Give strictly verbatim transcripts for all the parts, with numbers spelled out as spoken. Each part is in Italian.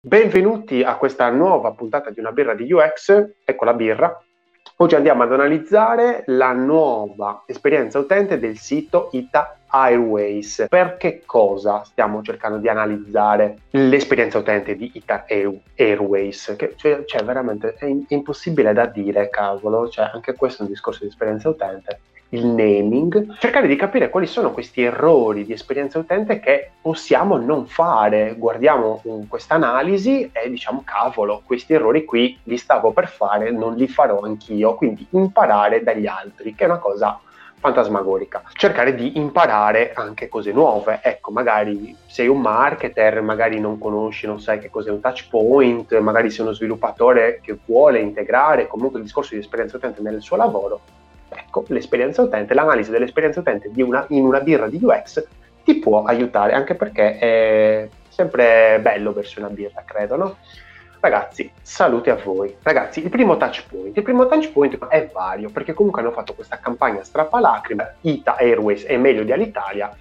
Benvenuti a questa nuova puntata di Una birra di U X, ecco la birra. Oggi andiamo ad analizzare la nuova esperienza utente del sito Ita Airways. Per che cosa stiamo cercando di analizzare l'esperienza utente di Ita Airways? Che cioè, cioè veramente è, in- è impossibile da dire, cavolo, cioè anche questo è un discorso di esperienza utente. Il naming, cercare di capire quali sono questi errori di esperienza utente che possiamo non fare. Guardiamo questa analisi e diciamo cavolo, questi errori qui li stavo per fare, non li farò anch'io, quindi imparare dagli altri, che è una cosa fantasmagorica. Cercare di imparare anche cose nuove, ecco, magari sei un marketer, magari non conosci, non sai che cos'è un touch point, magari sei uno sviluppatore che vuole integrare comunque il discorso di esperienza utente nel suo lavoro. Ecco, l'esperienza utente, l'analisi dell'esperienza utente di una, in una birra di U X ti può aiutare, anche perché è sempre bello bersi una birra, credo, no? Ragazzi, saluti a voi. Ragazzi, il primo touch point. Il primo touch point è vario, perché comunque hanno fatto questa campagna strappalacrime, Ita Airways è meglio di Alitalia,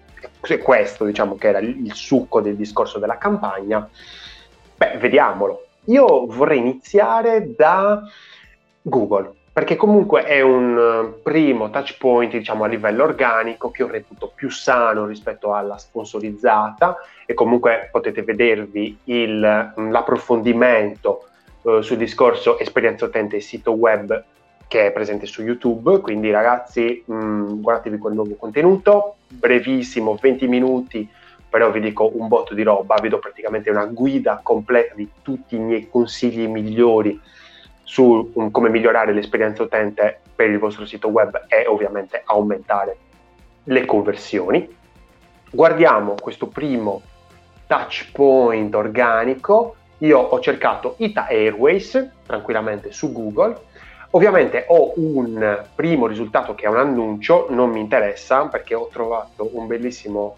questo diciamo che era il succo del discorso della campagna. Beh, vediamolo. Io vorrei iniziare da Google, perché comunque è un primo touch point, diciamo, a livello organico, che io reputo più sano rispetto alla sponsorizzata, e comunque potete vedervi il, l'approfondimento eh, sul discorso esperienza utente e sito web che è presente su YouTube. Quindi ragazzi, mh, guardatevi quel nuovo contenuto, brevissimo, venti minuti, però vi dico un botto di roba, vi do praticamente una guida completa di tutti i miei consigli migliori su um, come migliorare l'esperienza utente per il vostro sito web e ovviamente aumentare le conversioni. Guardiamo questo primo touch point organico. Io ho cercato Ita Airways tranquillamente su Google. Ovviamente ho un primo risultato che è un annuncio, non mi interessa perché ho trovato un bellissimo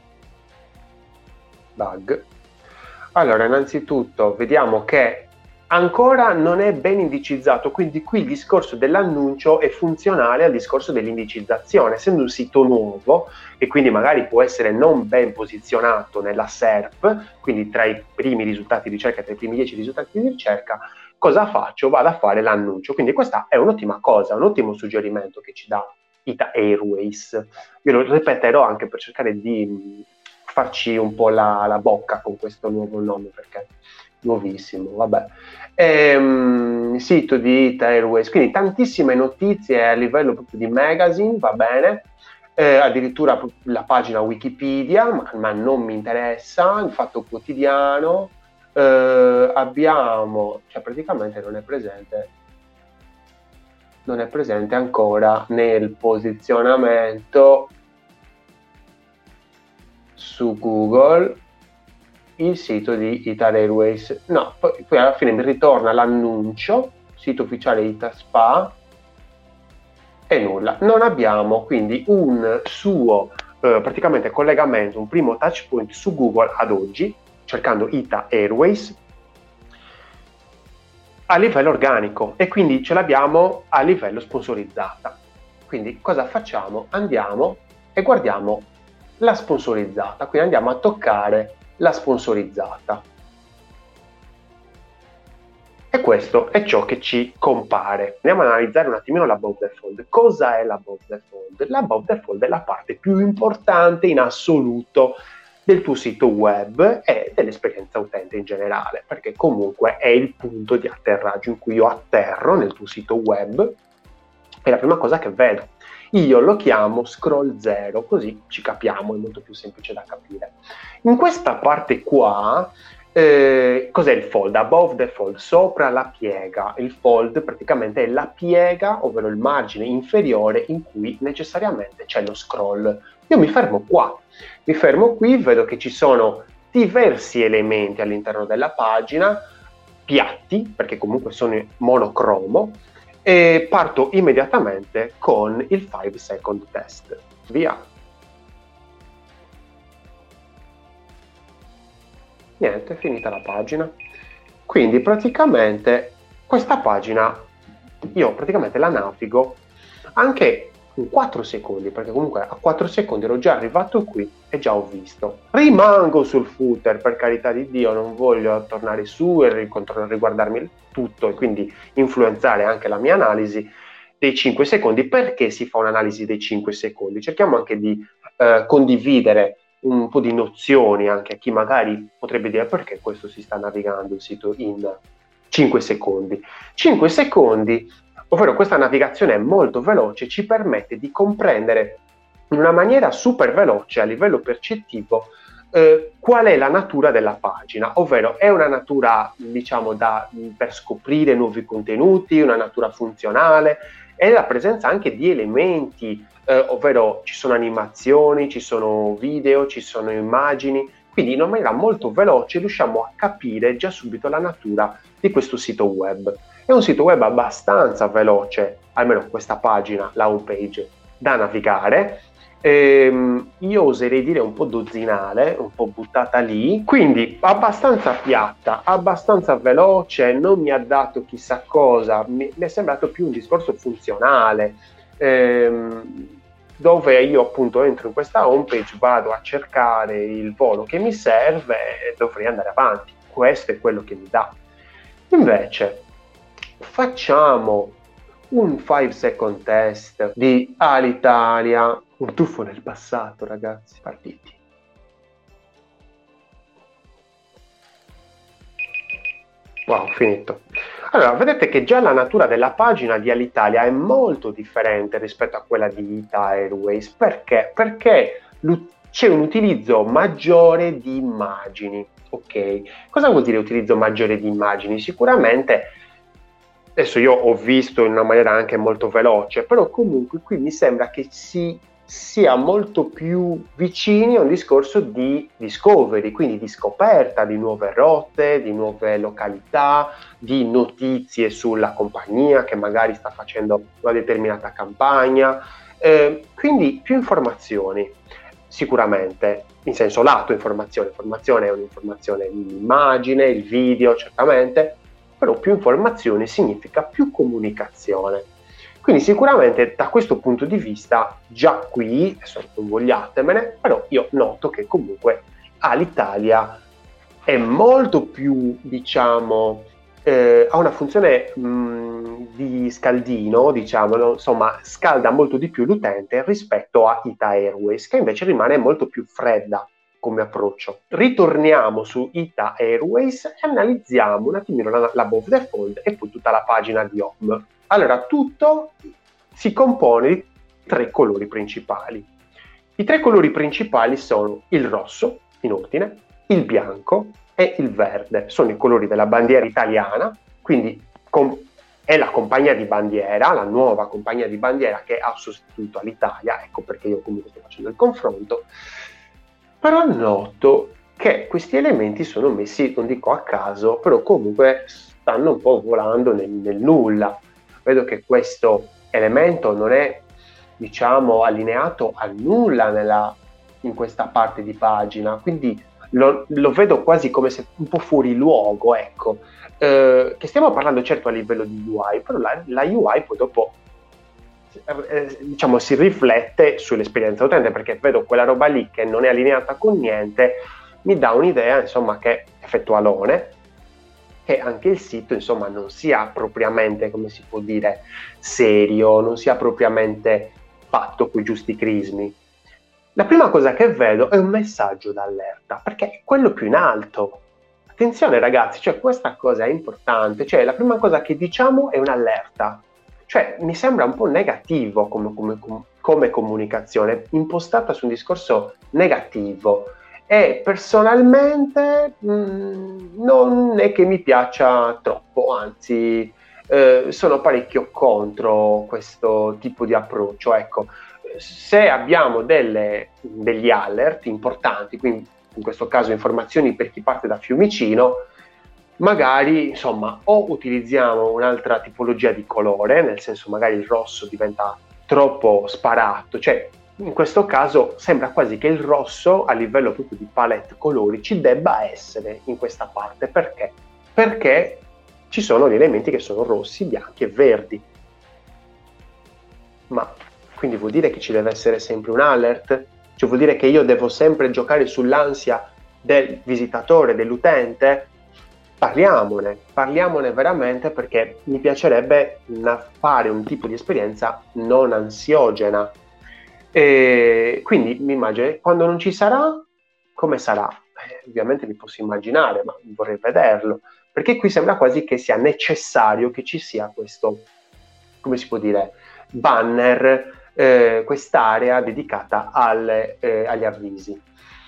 bug. Allora, innanzitutto vediamo che ancora non è ben indicizzato, quindi qui il discorso dell'annuncio è funzionale al discorso dell'indicizzazione. Essendo un sito nuovo e quindi magari può essere non ben posizionato nella S E R P, quindi tra i primi risultati di ricerca, tra i primi dieci risultati di ricerca, cosa faccio? Vado a fare l'annuncio. Quindi questa è un'ottima cosa, un ottimo suggerimento che ci dà Ita Airways. Io lo ripeterò anche per cercare di farci un po' la, la bocca con questo nuovo nome, perché nuovissimo, vabbè. Ehm, sito di Ita Airways, quindi tantissime notizie a livello proprio di magazine, va bene, eh, addirittura la pagina Wikipedia, ma, ma non mi interessa, il Fatto Quotidiano, eh, abbiamo, cioè praticamente non è presente, non è presente ancora nel posizionamento su Google il sito di Ita Airways. No, poi, poi alla fine mi ritorna l'annuncio, sito ufficiale Ita Spa, e nulla. Non abbiamo quindi un suo eh, praticamente collegamento, un primo touch point su Google ad oggi, cercando Ita Airways a livello organico, e quindi ce l'abbiamo a livello sponsorizzata. Quindi cosa facciamo? Andiamo e guardiamo la sponsorizzata, quindi andiamo a toccare la sponsorizzata, e questo è ciò che ci compare. Andiamo ad analizzare un attimino l'above the fold. Cosa è l'above the fold? L'above the fold è la parte più importante in assoluto del tuo sito web e dell'esperienza utente in generale, perché comunque è il punto di atterraggio in cui io atterro nel tuo sito web, è la prima cosa che vedo. Io lo chiamo scroll zero, così ci capiamo, è molto più semplice da capire. In questa parte qua, eh, cos'è il fold? Above the fold, sopra la piega. Il fold praticamente è la piega, ovvero il margine inferiore in cui necessariamente c'è lo scroll. Io mi fermo qua, mi fermo qui, vedo che ci sono diversi elementi all'interno della pagina, piatti, perché comunque sono monocromo, e parto immediatamente con il five second test. Via. Niente, è finita la pagina. Quindi praticamente questa pagina io praticamente la navigo anche in quattro secondi, perché comunque a quattro secondi ero già arrivato qui e già ho visto. Rimango sul footer, per carità di Dio, non voglio tornare su e riguardarmi tutto e quindi influenzare anche la mia analisi dei cinque secondi. Perché si fa un'analisi dei cinque secondi? Cerchiamo anche di eh, condividere un po' di nozioni anche a chi magari potrebbe dire perché questo si sta navigando il sito in cinque secondi. cinque secondi, ovvero questa navigazione molto veloce, ci permette di comprendere in una maniera super veloce a livello percettivo eh, qual è la natura della pagina, ovvero è una natura, diciamo, da, per scoprire nuovi contenuti, una natura funzionale, e la presenza anche di elementi, eh, ovvero ci sono animazioni, ci sono video, ci sono immagini, quindi in una maniera molto veloce riusciamo a capire già subito la natura di questo sito web. È un sito web abbastanza veloce, almeno questa pagina, la home page, da navigare. Ehm, io oserei dire un po' dozzinale, un po' buttata lì, quindi abbastanza piatta, abbastanza veloce, non mi ha dato chissà cosa, mi, mi è sembrato più un discorso funzionale, ehm, dove io appunto entro in questa homepage, vado a cercare il volo che mi serve e dovrei andare avanti. Questo è quello che mi dà. Invece facciamo un five second test di Alitalia, un tuffo nel passato, ragazzi, partiti. Wow, finito. Allora, vedete che già la natura della pagina di Alitalia è molto differente rispetto a quella di Ita Airways. Perché? Perché c'è un utilizzo maggiore di immagini. Ok, cosa vuol dire utilizzo maggiore di immagini? Sicuramente, adesso io ho visto in una maniera anche molto veloce, però comunque qui mi sembra che si sia molto più vicini a un discorso di discovery, quindi di scoperta di nuove rotte, di nuove località, di notizie sulla compagnia che magari sta facendo una determinata campagna, eh, quindi più informazioni sicuramente, in senso lato informazione, informazione è un'informazione di immagine, il video certamente, però più informazione significa più comunicazione. Quindi sicuramente da questo punto di vista, già qui, adesso non vogliatemene, però io noto che comunque Alitalia è molto più, diciamo, eh, ha una funzione mh, di scaldino, diciamo, no? Insomma, scalda molto di più l'utente rispetto a Ita Airways, che invece rimane molto più fredda come approccio. Ritorniamo su Ita Airways e analizziamo un attimino la, la above the fold e poi tutta la pagina di home. Allora, tutto si compone di tre colori principali. I tre colori principali sono il rosso, in ordine, il bianco e il verde. Sono i colori della bandiera italiana, quindi com- è la compagnia di bandiera, la nuova compagnia di bandiera che ha sostituito l'Italia, ecco perché io comunque sto facendo il confronto. Però noto che questi elementi sono messi, non dico a caso, però comunque stanno un po' volando nel, nel nulla. Vedo che questo elemento non è, diciamo, allineato a nulla nella, in questa parte di pagina, quindi lo, lo vedo quasi come se un po' fuori luogo, ecco. Eh, che stiamo parlando certo a livello di U I, però la, la U I poi dopo eh, diciamo si riflette sull'esperienza utente, perché vedo quella roba lì che non è allineata con niente, mi dà un'idea, insomma, che effettualone, che anche il sito, insomma, non sia propriamente, come si può dire, serio, non sia propriamente fatto con i giusti crismi. La prima cosa che vedo è un messaggio d'allerta, perché è quello più in alto. Attenzione ragazzi, cioè questa cosa è importante, cioè la prima cosa che diciamo è un'allerta. Cioè mi sembra un po' negativo come, come, come comunicazione, impostata su un discorso negativo. E personalmente mh, non è che mi piaccia troppo, anzi eh, sono parecchio contro questo tipo di approccio. Ecco, se abbiamo delle, degli alert importanti, quindi in questo caso informazioni per chi parte da Fiumicino, magari insomma o utilizziamo un'altra tipologia di colore, nel senso magari il rosso diventa troppo sparato, cioè in questo caso sembra quasi che il rosso a livello proprio di palette colori ci debba essere in questa parte. Perché? Perché ci sono gli elementi che sono rossi, bianchi e verdi. Ma quindi vuol dire che ci deve essere sempre un alert, cioè vuol dire che io devo sempre giocare sull'ansia del visitatore, dell'utente. Parliamone, parliamone veramente, perché mi piacerebbe una, fare un tipo di esperienza non ansiogena. E quindi mi immagino, quando non ci sarà, come sarà? Eh, ovviamente mi posso immaginare, ma vorrei vederlo, perché qui sembra quasi che sia necessario che ci sia questo, come si può dire, banner, eh, quest'area dedicata alle, eh, agli avvisi.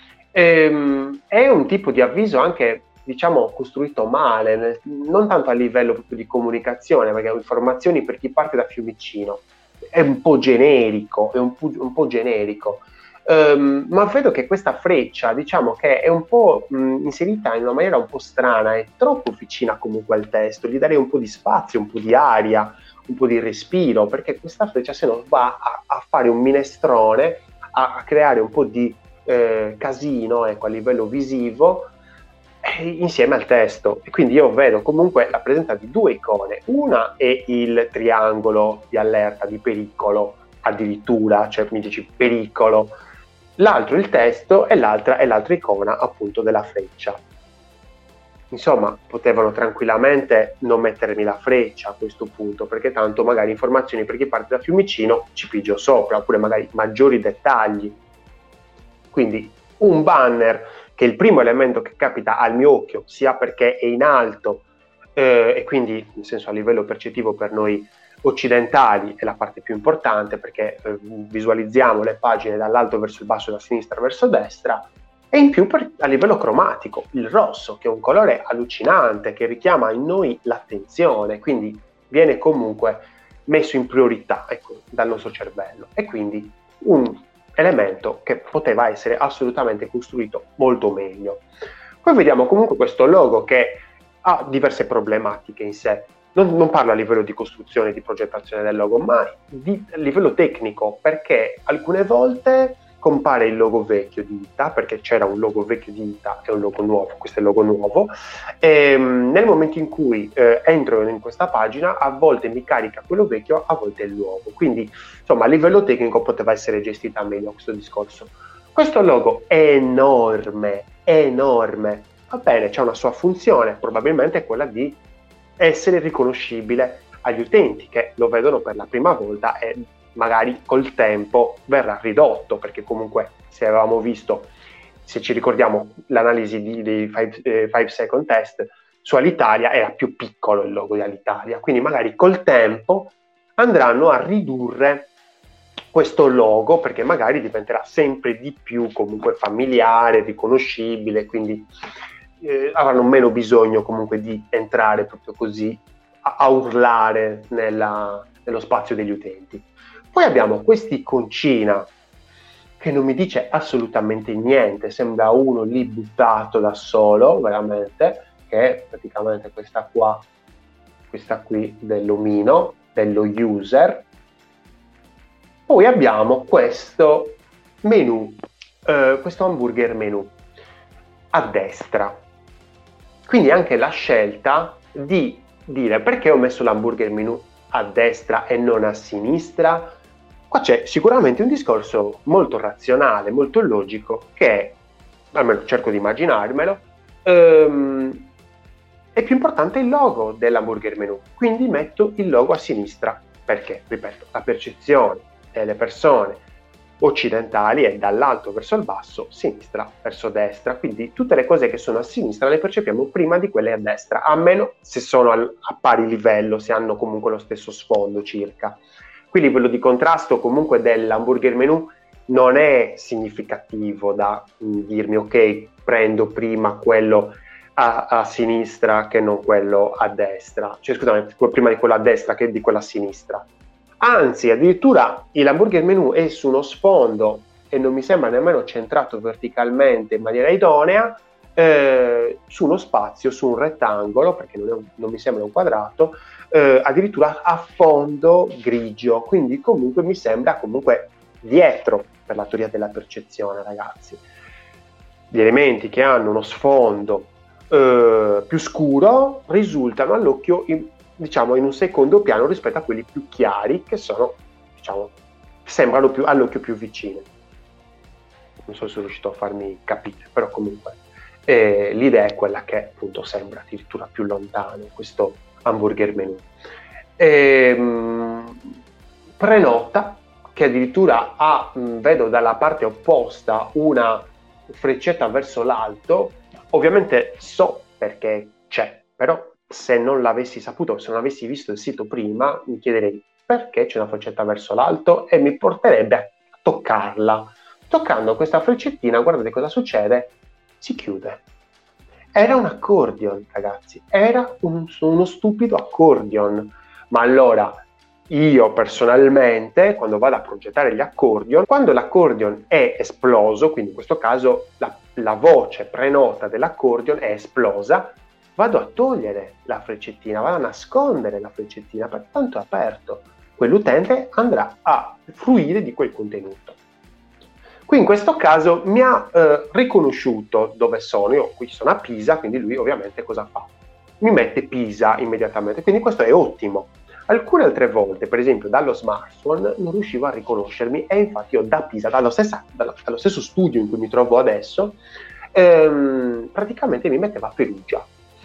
Ehm, è un tipo di avviso anche, diciamo, costruito male, non tanto a livello proprio di comunicazione, perché informazioni per chi parte da Fiumicino è un po' generico, è un po', un po' generico. Um, ma vedo che questa freccia, diciamo che è un po' mh, inserita in una maniera un po' strana, è troppo vicina comunque al testo, gli darei un po' di spazio, un po' di aria, un po' di respiro, perché questa freccia se no va a, a fare un minestrone, a, a creare un po' di eh, casino, ecco, a livello visivo, insieme al testo. E quindi io vedo comunque la presenza di due icone. Una è il triangolo di allerta, di pericolo, addirittura, cioè mi dici pericolo, l'altro il testo e l'altra è l'altra icona appunto della freccia. Insomma, potevano tranquillamente non mettermi la freccia a questo punto, perché tanto magari informazioni per chi parte da Fiumicino ci pigio sopra, oppure magari maggiori dettagli. Quindi un banner che è il primo elemento che capita al mio occhio, sia perché è in alto eh, e quindi nel senso a livello percettivo per noi occidentali è la parte più importante, perché eh, visualizziamo le pagine dall'alto verso il basso, da sinistra verso destra, e in più per, a livello cromatico, il rosso, che è un colore allucinante, che richiama in noi l'attenzione, quindi viene comunque messo in priorità, ecco, dal nostro cervello, e quindi un elemento che poteva essere assolutamente costruito molto meglio. Poi vediamo comunque questo logo che ha diverse problematiche in sé. Non, non parlo a livello di costruzione, di progettazione del logo, ma di, a livello tecnico, perché alcune volte compare il logo vecchio di I T A, perché c'era un logo vecchio di I T A e un logo nuovo, questo è il logo nuovo, e nel momento in cui eh, entro in questa pagina, a volte mi carica quello vecchio, a volte il nuovo, quindi insomma a livello tecnico poteva essere gestita meglio questo discorso. Questo logo è enorme, è enorme, va bene, c'è una sua funzione, probabilmente è quella di essere riconoscibile agli utenti che lo vedono per la prima volta, e magari col tempo verrà ridotto, perché comunque se avevamo visto, se ci ricordiamo l'analisi di, dei five second test su Alitalia, era più piccolo il logo di Alitalia, quindi magari col tempo andranno a ridurre questo logo, perché magari diventerà sempre di più comunque familiare, riconoscibile, quindi eh, avranno meno bisogno comunque di entrare proprio così a, a urlare nella, nello spazio degli utenti. Poi abbiamo quest'iconcina che non mi dice assolutamente niente, sembra uno lì buttato da solo, veramente, che è praticamente questa qua, questa qui dell'omino, dello user. Poi abbiamo questo menu, eh, questo hamburger menu a destra. Quindi anche la scelta di dire perché ho messo l'hamburger menu a destra e non a sinistra. Qua c'è sicuramente un discorso molto razionale, molto logico, che è, almeno cerco di immaginarmelo, ehm, è più importante il logo dell'hamburger menu, quindi metto il logo a sinistra, perché, ripeto, la percezione delle persone occidentali è dall'alto verso il basso, sinistra verso destra, quindi tutte le cose che sono a sinistra le percepiamo prima di quelle a destra, a meno se sono al, a pari livello, se hanno comunque lo stesso sfondo circa. Qui il livello di contrasto comunque dell'hamburger menu non è significativo da mh, dirmi ok, prendo prima quello a, a sinistra che non quello a destra, cioè scusami, prima di quello a destra che di quello a sinistra. Anzi, addirittura l'hamburger menu è su uno sfondo e non mi sembra nemmeno centrato verticalmente in maniera idonea, eh, su uno spazio, su un rettangolo, perché non, è un, non mi sembra un quadrato, eh, addirittura a fondo grigio, quindi comunque mi sembra comunque dietro per la teoria della percezione, ragazzi. Gli elementi che hanno uno sfondo eh, più scuro risultano all'occhio in, diciamo in un secondo piano rispetto a quelli più chiari, che sono diciamo sembrano più, all'occhio più vicine. Non so se sono riuscito a farmi capire, però comunque eh, l'idea è quella che appunto sembra addirittura più lontano questo hamburger menù. E, mh, prenota, che addirittura ha, mh, vedo dalla parte opposta una freccetta verso l'alto. Ovviamente so perché c'è, però se non l'avessi saputo, se non avessi visto il sito prima, mi chiederei perché c'è una freccetta verso l'alto e mi porterebbe a toccarla. Toccando questa freccettina, guardate cosa succede, si chiude. Era un accordion, ragazzi, era un, uno stupido accordion. Ma allora, io personalmente, quando vado a progettare gli accordion, quando l'accordion è esploso, quindi in questo caso la, la voce prenota dell'accordion è esplosa, vado a togliere la freccettina, vado a nascondere la freccettina, perché tanto è aperto. Quell'utente andrà a fruire di quel contenuto. Qui in questo caso mi ha eh, riconosciuto dove sono, io qui sono a Pisa, quindi lui ovviamente cosa fa? Mi mette Pisa immediatamente, quindi questo è ottimo. Alcune altre volte, per esempio dallo smartphone, non riuscivo a riconoscermi e infatti io da Pisa, dallo, stessa, dallo, dallo stesso studio in cui mi trovo adesso, ehm, praticamente mi metteva Perugia.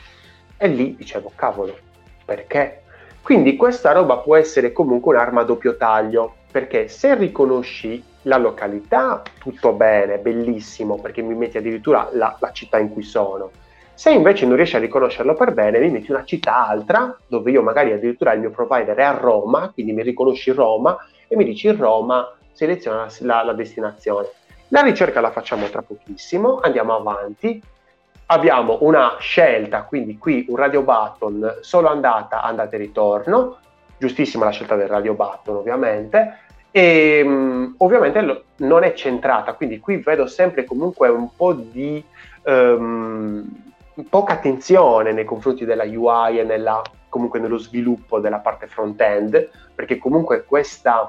E lì dicevo, cavolo, perché? Quindi questa roba può essere comunque un'arma a doppio taglio, perché se riconosci la località, tutto bene, bellissimo, perché mi metti addirittura la, la città in cui sono. Se invece non riesci a riconoscerlo per bene, mi metti una città altra, dove io magari addirittura il mio provider è a Roma, quindi mi riconosci Roma, e mi dici Roma, seleziona la, la destinazione. La ricerca la facciamo tra pochissimo, andiamo avanti. Abbiamo una scelta, quindi qui un radio button, solo andata, andata e ritorno, giustissima la scelta del radio button ovviamente, e um, ovviamente lo, non è centrata, quindi qui vedo sempre comunque un po' di um, poca attenzione nei confronti della U I e nella, comunque nello sviluppo della parte front-end, perché comunque questa,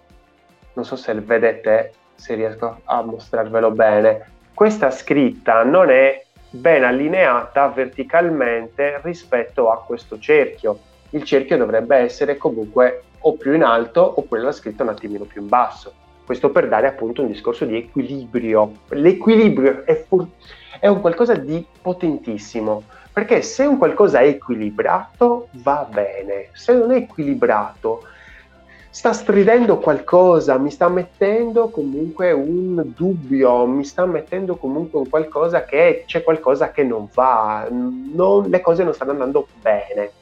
non so se vedete, se riesco a mostrarvelo bene, questa scritta non è ben allineata verticalmente rispetto a questo cerchio. Il cerchio dovrebbe essere comunque o più in alto oppure la scritta un attimino più in basso. Questo per dare appunto un discorso di equilibrio. L'equilibrio è, fur- è un qualcosa di potentissimo, perché se un qualcosa è equilibrato va bene, se non è equilibrato sta stridendo qualcosa, mi sta mettendo comunque un dubbio, mi sta mettendo comunque un qualcosa che c'è qualcosa che non va, non, le cose non stanno andando bene.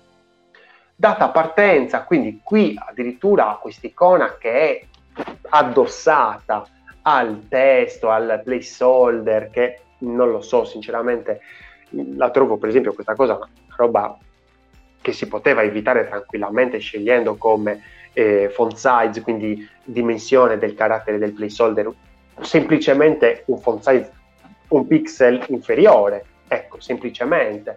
Data partenza, quindi qui addirittura questa icona che è addossata al testo, al placeholder, che non lo so sinceramente, la trovo per esempio questa cosa una roba che si poteva evitare tranquillamente scegliendo come eh, font size, quindi dimensione del carattere del placeholder, semplicemente un font size un pixel inferiore, ecco, semplicemente.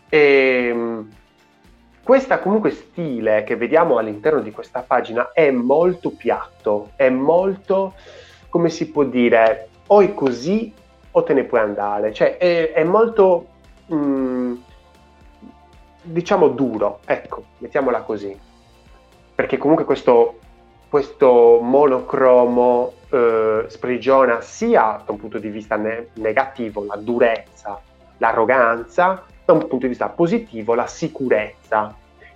E, questa comunque stile che vediamo all'interno di questa pagina è molto piatto, è molto, come si può dire, o è così o te ne puoi andare, cioè è, è molto mh, diciamo duro, ecco, mettiamola così, perché comunque questo, questo monocromo eh, sprigiona sia da un punto di vista ne- negativo la durezza, l'arroganza, da un punto di vista positivo la sicurezza,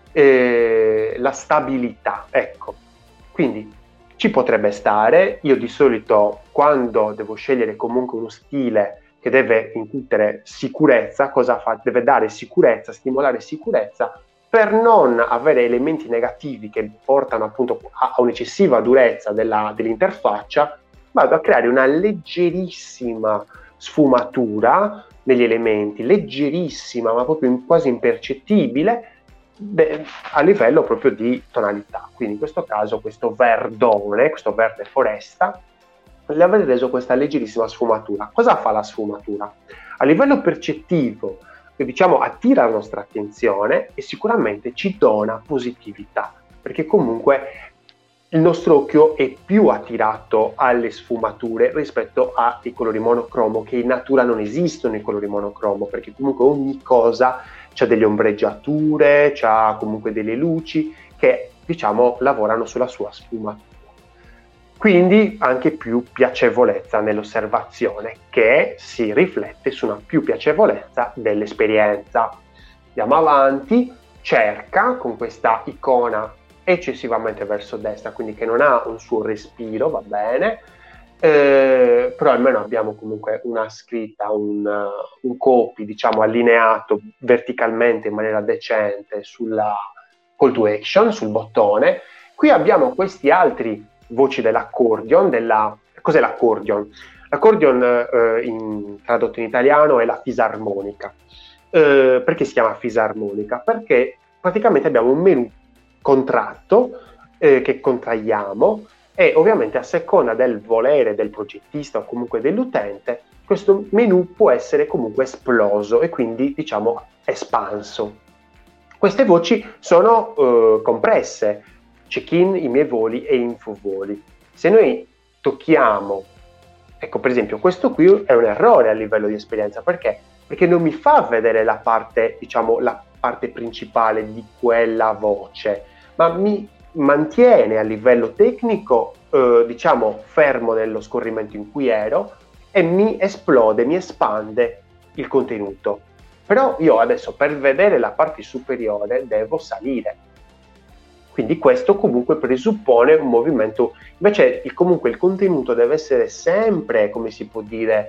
eh, la stabilità, ecco. Quindi ci potrebbe stare. Io di solito quando devo scegliere comunque uno stile che deve incutere sicurezza, cosa fa? Deve dare sicurezza, stimolare sicurezza, per non avere elementi negativi che portano appunto a un'eccessiva durezza della, dell'interfaccia, vado a creare una leggerissima sfumatura negli elementi, leggerissima, ma proprio quasi impercettibile, beh, a livello proprio di tonalità. Quindi in questo caso questo verdone, questo verde foresta, le avete reso questa leggerissima sfumatura. Cosa fa la sfumatura? A livello percettivo, diciamo, attira la nostra attenzione e sicuramente ci dona positività, perché comunque il nostro occhio è più attirato alle sfumature rispetto ai colori monocromo, che in natura non esistono i colori monocromo, perché comunque ogni cosa c'ha delle ombreggiature, c'ha comunque delle luci che, diciamo, lavorano sulla sua sfumatura. quindi anche più piacevolezza nell'osservazione, che si riflette su una più piacevolezza dell'esperienza. Andiamo avanti, cerca con questa icona eccessivamente verso destra, quindi che non ha un suo respiro, va bene, eh, però almeno abbiamo comunque una scritta, un, un copy, diciamo, allineato verticalmente in maniera decente sulla call to action, sul bottone. Qui abbiamo questi altri voci dell'accordion, della... cos'è l'accordion? L'accordion eh, in, tradotto in italiano è la fisarmonica. Eh, perché si chiama fisarmonica? Perché praticamente abbiamo un menu contratto eh, che contraiamo, e ovviamente a seconda del volere del progettista o comunque dell'utente questo menu può essere comunque esploso e quindi diciamo espanso. Queste voci sono eh, compresse: check-in, i miei voli e info voli. Se noi tocchiamo, ecco per esempio questo qui è un errore a livello di esperienza, perché? Perché non mi fa vedere la parte, diciamo, la parte principale di quella voce, ma mi mantiene a livello tecnico, eh, diciamo, fermo nello scorrimento in cui ero e mi esplode, mi espande il contenuto. Però io adesso per vedere la parte superiore devo salire. Quindi questo comunque presuppone un movimento, invece il, comunque il contenuto deve essere sempre, come si può dire,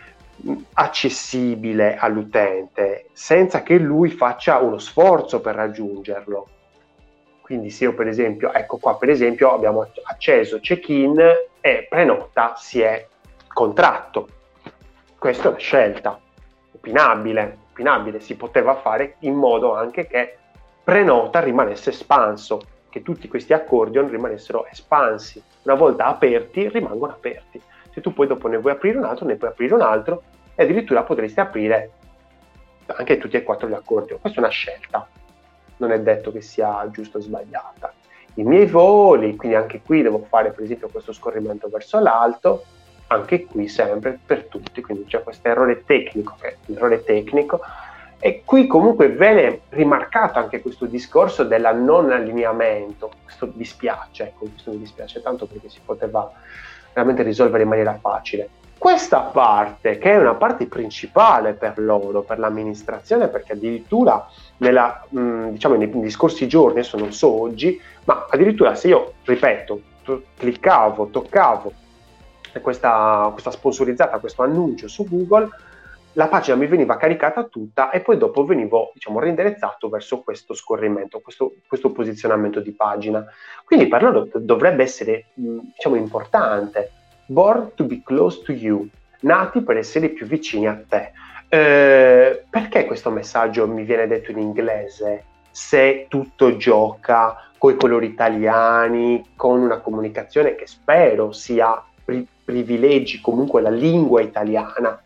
accessibile all'utente, senza che lui faccia uno sforzo per raggiungerlo. Quindi se io per esempio, ecco qua per esempio abbiamo acceso check-in e prenota si è contratto. Questa è una scelta opinabile, opinabile, si poteva fare in modo anche che prenota rimanesse espanso, che tutti questi accordion rimanessero espansi. Una volta aperti rimangono aperti. Se tu poi dopo ne vuoi aprire un altro, ne puoi aprire un altro e addirittura potresti aprire anche tutti e quattro gli accordion. Questa è una scelta, non è detto che sia giusta o sbagliata. I miei voli, quindi anche qui devo fare per esempio questo scorrimento verso l'alto, anche qui sempre per tutti, quindi c'è questo errore tecnico, che è l'errore tecnico, e qui comunque viene rimarcato anche questo discorso della non allineamento. Questo dispiace, ecco, questo mi dispiace tanto perché si poteva veramente risolvere in maniera facile. Questa parte, che è una parte principale per loro, per l'amministrazione, perché addirittura nella, mh, diciamo nei, nei scorsi giorni, adesso non so oggi, ma addirittura se io, ripeto, to- cliccavo, toccavo questa, questa sponsorizzata, questo annuncio su Google, la pagina mi veniva caricata tutta e poi dopo venivo, diciamo, reindirizzato verso questo scorrimento, questo, questo posizionamento di pagina. Quindi per loro dovrebbe essere, diciamo, importante. Born to be close to you, nati per essere più vicini a te. Eh, perché questo messaggio mi viene detto in inglese se tutto gioca con i colori italiani, con una comunicazione che spero sia pri- privilegi comunque la lingua italiana?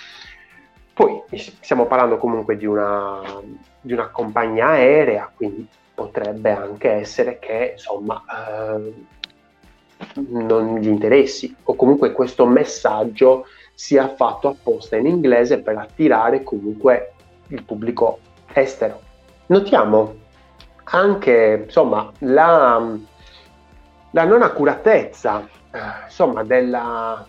Poi stiamo parlando comunque di una, di una compagnia aerea, quindi potrebbe anche essere che insomma eh, non gli interessi, o comunque questo messaggio sia fatto apposta in inglese per attirare comunque il pubblico estero. Notiamo anche insomma la, la non accuratezza eh, insomma della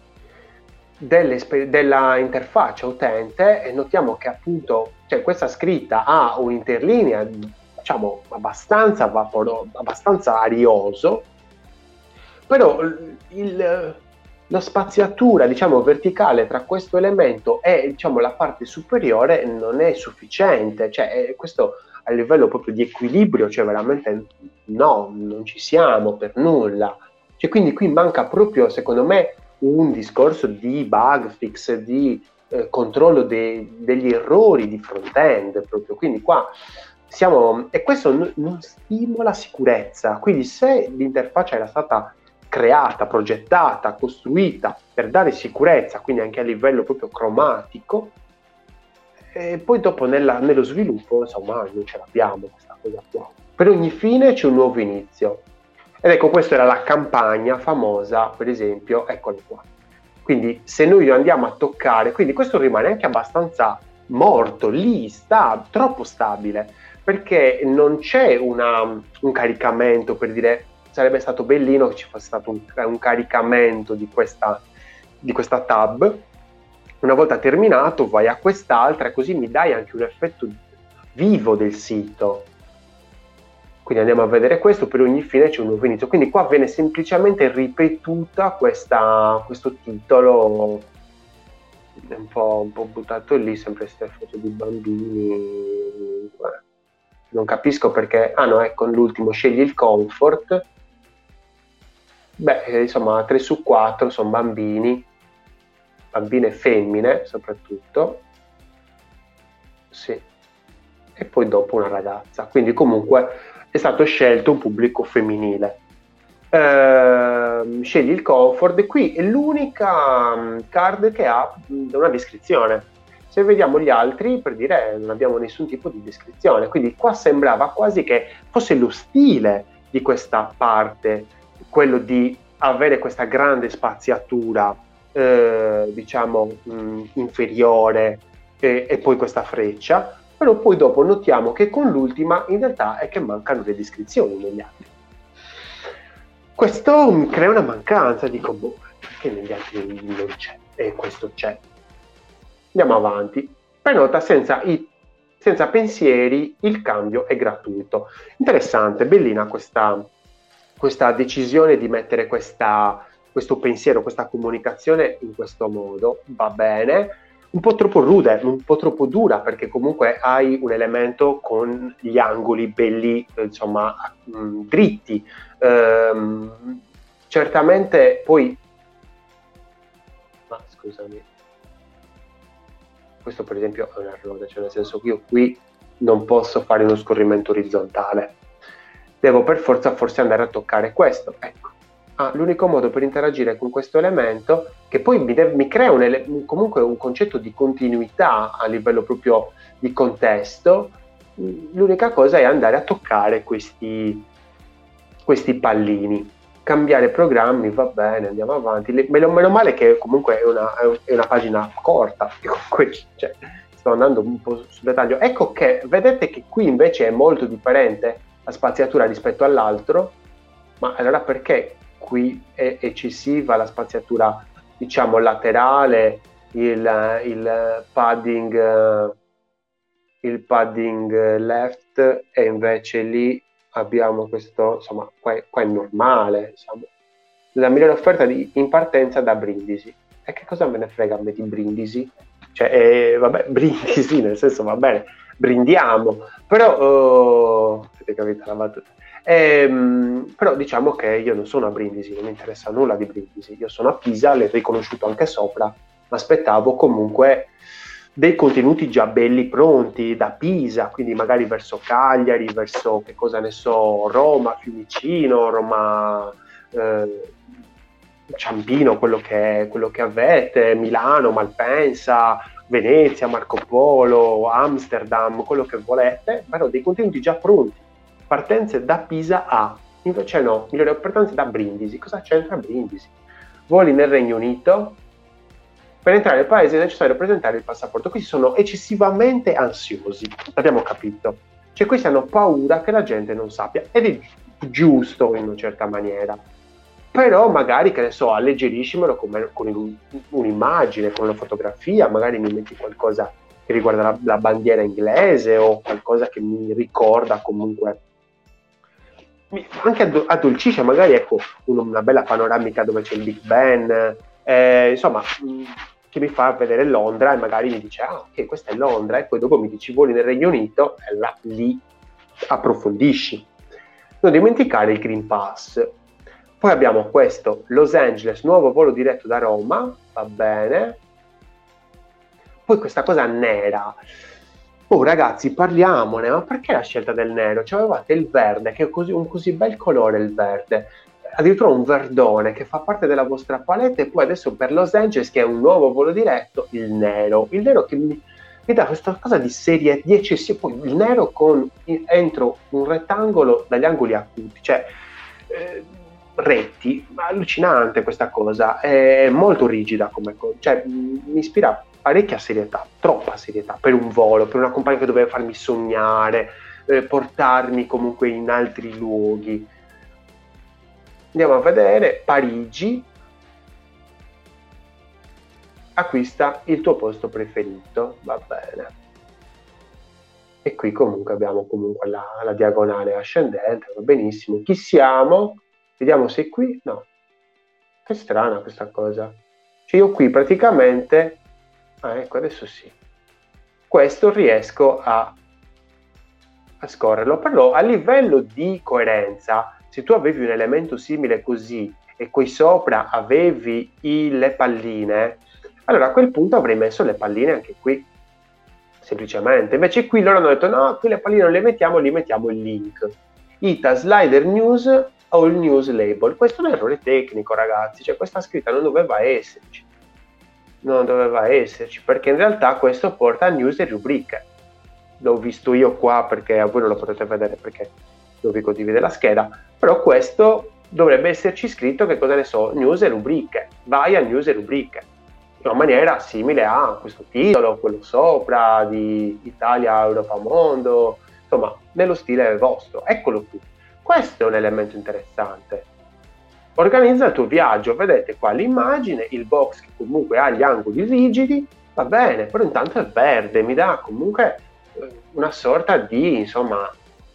della interfaccia utente, e notiamo che appunto, cioè, questa scritta ha un'interlinea, diciamo, abbastanza vaporo, abbastanza arioso, però il, la spaziatura, diciamo, verticale tra questo elemento e, diciamo, la parte superiore non è sufficiente, cioè questo a livello proprio di equilibrio, cioè veramente no, non ci siamo per nulla, cioè, quindi qui manca proprio, secondo me, un discorso di bug fix, di eh, controllo de- degli errori di front-end proprio. Quindi qua siamo, e questo n- non stimola sicurezza. Quindi se l'interfaccia era stata creata, progettata, costruita per dare sicurezza, quindi anche a livello proprio cromatico, e poi dopo nella, nello sviluppo insomma non ce l'abbiamo questa cosa qua. Per ogni fine c'è un nuovo inizio. Ed ecco, questa era la campagna famosa, per esempio, eccola qua. Quindi se noi andiamo a toccare, quindi questo rimane anche abbastanza morto, lì, sta, troppo stabile, perché non c'è una, un caricamento per dire sarebbe stato bellino che ci fosse stato un, un caricamento di questa, di questa tab. Una volta terminato vai a quest'altra e così mi dai anche un effetto vivo del sito. Quindi andiamo a vedere questo, per ogni fine c'è un nuovo inizio. Quindi qua viene semplicemente ripetuta questa, questo titolo un po', un po' buttato lì, sempre queste foto di bambini. Non capisco perché. Ah no, ecco l'ultimo, scegli il comfort. Beh, insomma, tre su quattro sono bambini, bambine femmine soprattutto. Sì. E poi dopo una ragazza. Quindi comunque è stato scelto un pubblico femminile. Ehm, scegli il comfort e qui è l'unica card che ha una descrizione. Se vediamo gli altri, per dire, non abbiamo nessun tipo di descrizione, quindi qua sembrava quasi che fosse lo stile di questa parte, quello di avere questa grande spaziatura, eh, diciamo, mh, inferiore e, e poi questa freccia, però poi dopo notiamo che con l'ultima in realtà è che mancano le descrizioni negli altri. Questo mi crea una mancanza, dico, boh, perché negli altri non c'è e questo c'è. Andiamo avanti. Prenota senza, i, senza pensieri, il cambio è gratuito. Interessante, bellina questa, questa decisione di mettere questa, questo pensiero, questa comunicazione in questo modo. Va bene. Un po' troppo rude, un po' troppo dura, perché comunque hai un elemento con gli angoli belli, insomma, mh, dritti. Ehm, certamente poi... Ma scusami. Questo per esempio è un errore, cioè nel senso che io qui non posso fare uno scorrimento orizzontale, devo per forza forse andare a toccare questo, ecco. Ah, l'unico modo per interagire con questo elemento, che poi mi, deve, mi crea un ele- comunque un concetto di continuità a livello proprio di contesto, l'unica cosa è andare a toccare questi, questi pallini. Cambiare programmi, va bene, andiamo avanti. Meno, meno male che comunque è una, è una pagina corta, comunque, cioè, sto andando un po' sul dettaglio. Ecco che vedete che qui invece è molto differente la spaziatura rispetto all'altro, ma allora perché qui è eccessiva la spaziatura, diciamo, laterale, il, il padding il padding left, e invece lì abbiamo questo, insomma, qua è, qua è normale, diciamo. La migliore offerta di, in partenza da Brindisi. E che cosa me ne frega a me di Brindisi? Cioè, eh, vabbè, Brindisi, nel senso, va bene, brindiamo, però, oh, avete capito la battuta? Ehm, però diciamo che io non sono a Brindisi, non mi interessa nulla di Brindisi, io sono a Pisa, l'ho riconosciuto anche sopra, ma aspettavo comunque dei contenuti già belli pronti da Pisa, quindi magari verso Cagliari, verso, che cosa ne so, Roma, Fiumicino, Roma, eh, Ciampino, quello che, quello che avete, Milano, Malpensa, Venezia, Marco Polo, Amsterdam, quello che volete, però dei contenuti già pronti, partenze da Pisa a, invece no, migliore partenze da Brindisi. Cosa c'entra Brindisi? Voli nel Regno Unito. Per entrare nel paese è necessario presentare il passaporto. Questi sono eccessivamente ansiosi, l'abbiamo capito. Cioè questi hanno paura che la gente non sappia, ed è giusto in una certa maniera. Però magari, che ne so, alleggeriscimelo con, con un, un'immagine, con una fotografia, magari mi metti qualcosa che riguarda la, la bandiera inglese o qualcosa che mi ricorda comunque, anche addolcisce, magari ecco una bella panoramica dove c'è il Big Ben, eh, insomma, che mi fa vedere Londra e magari mi dice ah ok, questa è Londra, e poi dopo mi dici voli nel Regno Unito e là, lì approfondisci. Non dimenticare il Green Pass. Poi abbiamo questo, Los Angeles, nuovo volo diretto da Roma, va bene. Poi questa cosa nera. Oh ragazzi, parliamone, ma perché la scelta del nero? Cioè avevate il verde, che è così, un così bel colore il verde, addirittura un verdone che fa parte della vostra palette, e poi adesso per Los Angeles, che è un nuovo volo diretto, il nero. Il nero che mi, mi dà questa cosa di serie di eccessivo, poi il nero con entro un rettangolo dagli angoli acuti, cioè eh, retti, allucinante questa cosa, è molto rigida come cosa, cioè mi ispira parecchia serietà, troppa serietà per un volo, per una compagnia che doveva farmi sognare, eh, portarmi comunque in altri luoghi. Andiamo a vedere Parigi, acquista il tuo posto preferito, va bene. E qui comunque abbiamo comunque la, la diagonale ascendente, va benissimo. Chi siamo? Vediamo se qui, no. Che strana questa cosa. Cioè io qui praticamente, ah ecco adesso sì, questo riesco a, a scorrerlo, però a livello di coerenza, se tu avevi un elemento simile così e qui sopra avevi i, le palline, allora a quel punto avrei messo le palline anche qui, semplicemente. Invece qui loro hanno detto no, qui le palline non le mettiamo, li mettiamo il link. I T A Slider News o il News Label. Questo è un errore tecnico, ragazzi, cioè questa scritta non doveva esserci. Non doveva esserci, perché in realtà questo porta a news e rubriche. L'ho visto io qua perché a voi non lo potete vedere perché non vi condivide la scheda, però questo dovrebbe esserci scritto che cosa ne so, news e rubriche. Vai a news e rubriche. In una maniera simile a questo titolo, quello sopra di Italia, Europa, Mondo, insomma, nello stile vostro. Eccolo qui. Questo è un elemento interessante. Organizza il tuo viaggio, vedete qua l'immagine, il box che comunque ha gli angoli rigidi, va bene, però intanto è verde, mi dà comunque una sorta di, insomma,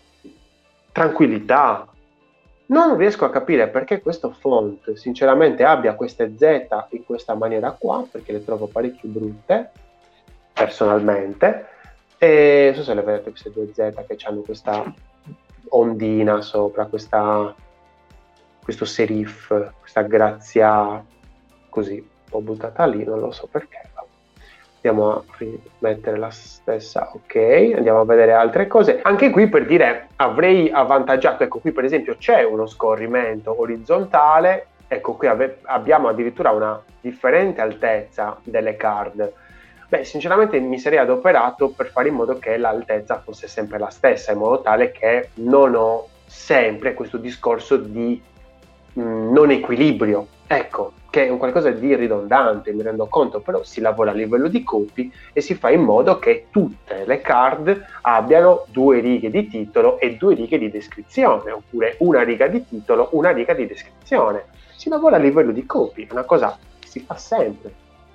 tranquillità. Non riesco a capire perché questo font sinceramente abbia queste Z in questa maniera qua, perché le trovo parecchio brutte personalmente, e non so se le vedete queste due Z che hanno questa ondina sopra, questa, questo serif, questa grazia così un po' buttata lì, non lo so perché. Andiamo a rimettere la stessa, ok, andiamo a vedere altre cose. Anche qui per dire avrei avvantaggiato, ecco qui per esempio c'è uno scorrimento orizzontale, ecco qui ave- abbiamo addirittura una differente altezza delle card. Beh, sinceramente mi sarei adoperato per fare in modo che l'altezza fosse sempre la stessa, in modo tale che non ho sempre questo discorso di mh, non equilibrio. Ecco, che è un qualcosa di ridondante, mi rendo conto, però si lavora a livello di copy e si fa in modo che tutte le card abbiano due righe di titolo e due righe di descrizione, oppure una riga di titolo, una riga di descrizione. Si lavora a livello di copy, è una cosa che si fa sempre.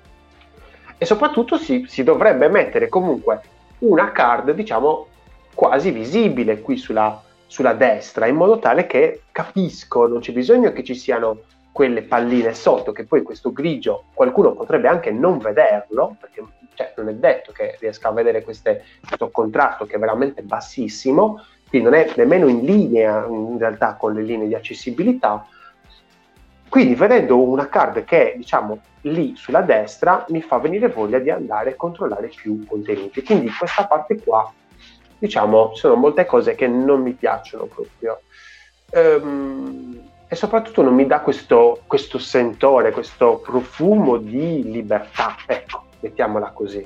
E soprattutto si, si dovrebbe mettere comunque una card, diciamo, quasi visibile qui sulla, sulla destra, in modo tale che capisco, non c'è bisogno che ci siano quelle palline sotto, che poi questo grigio qualcuno potrebbe anche non vederlo, perché cioè, non è detto che riesca a vedere queste, questo contrasto che è veramente bassissimo, quindi non è nemmeno in linea in realtà con le linee di accessibilità. Quindi vedendo una card che è diciamo lì sulla destra mi fa venire voglia di andare a controllare più contenuti, quindi questa parte qua diciamo ci sono molte cose che non mi piacciono proprio. Um, e soprattutto non mi dà questo, questo sentore, questo profumo di libertà, ecco, mettiamola così.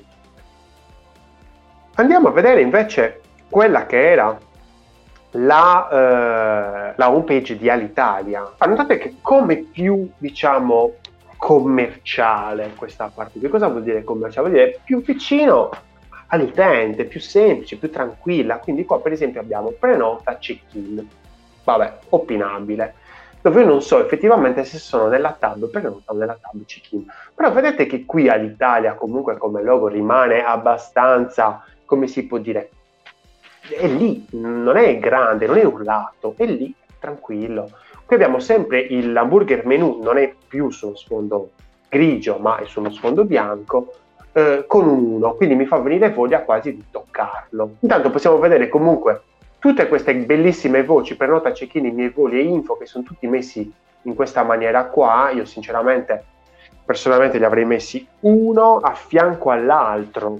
Andiamo a vedere invece quella che era la, eh, la homepage di Alitalia. Notate che come più, diciamo, commerciale questa parte. Che cosa vuol dire commerciale? Vuol dire più vicino all'utente, più semplice, più tranquilla. Quindi qua per esempio abbiamo prenota, check-in. Vabbè, opinabile. Dove io non so effettivamente se sono nella tab prenota o nella tab check-in. Però vedete che qui all'Italia comunque come logo rimane abbastanza, come si può dire, è lì, non è grande, non è urlato, è lì, tranquillo. Qui abbiamo sempre il hamburger menu, non è più su uno sfondo grigio, ma è su uno sfondo bianco, eh, con un uno, quindi mi fa venire voglia quasi di toccarlo. Intanto possiamo vedere comunque tutte queste bellissime voci, prenota, check-in, i miei voli e info, che sono tutti messi in questa maniera qua. Io sinceramente, personalmente li avrei messi uno a fianco all'altro,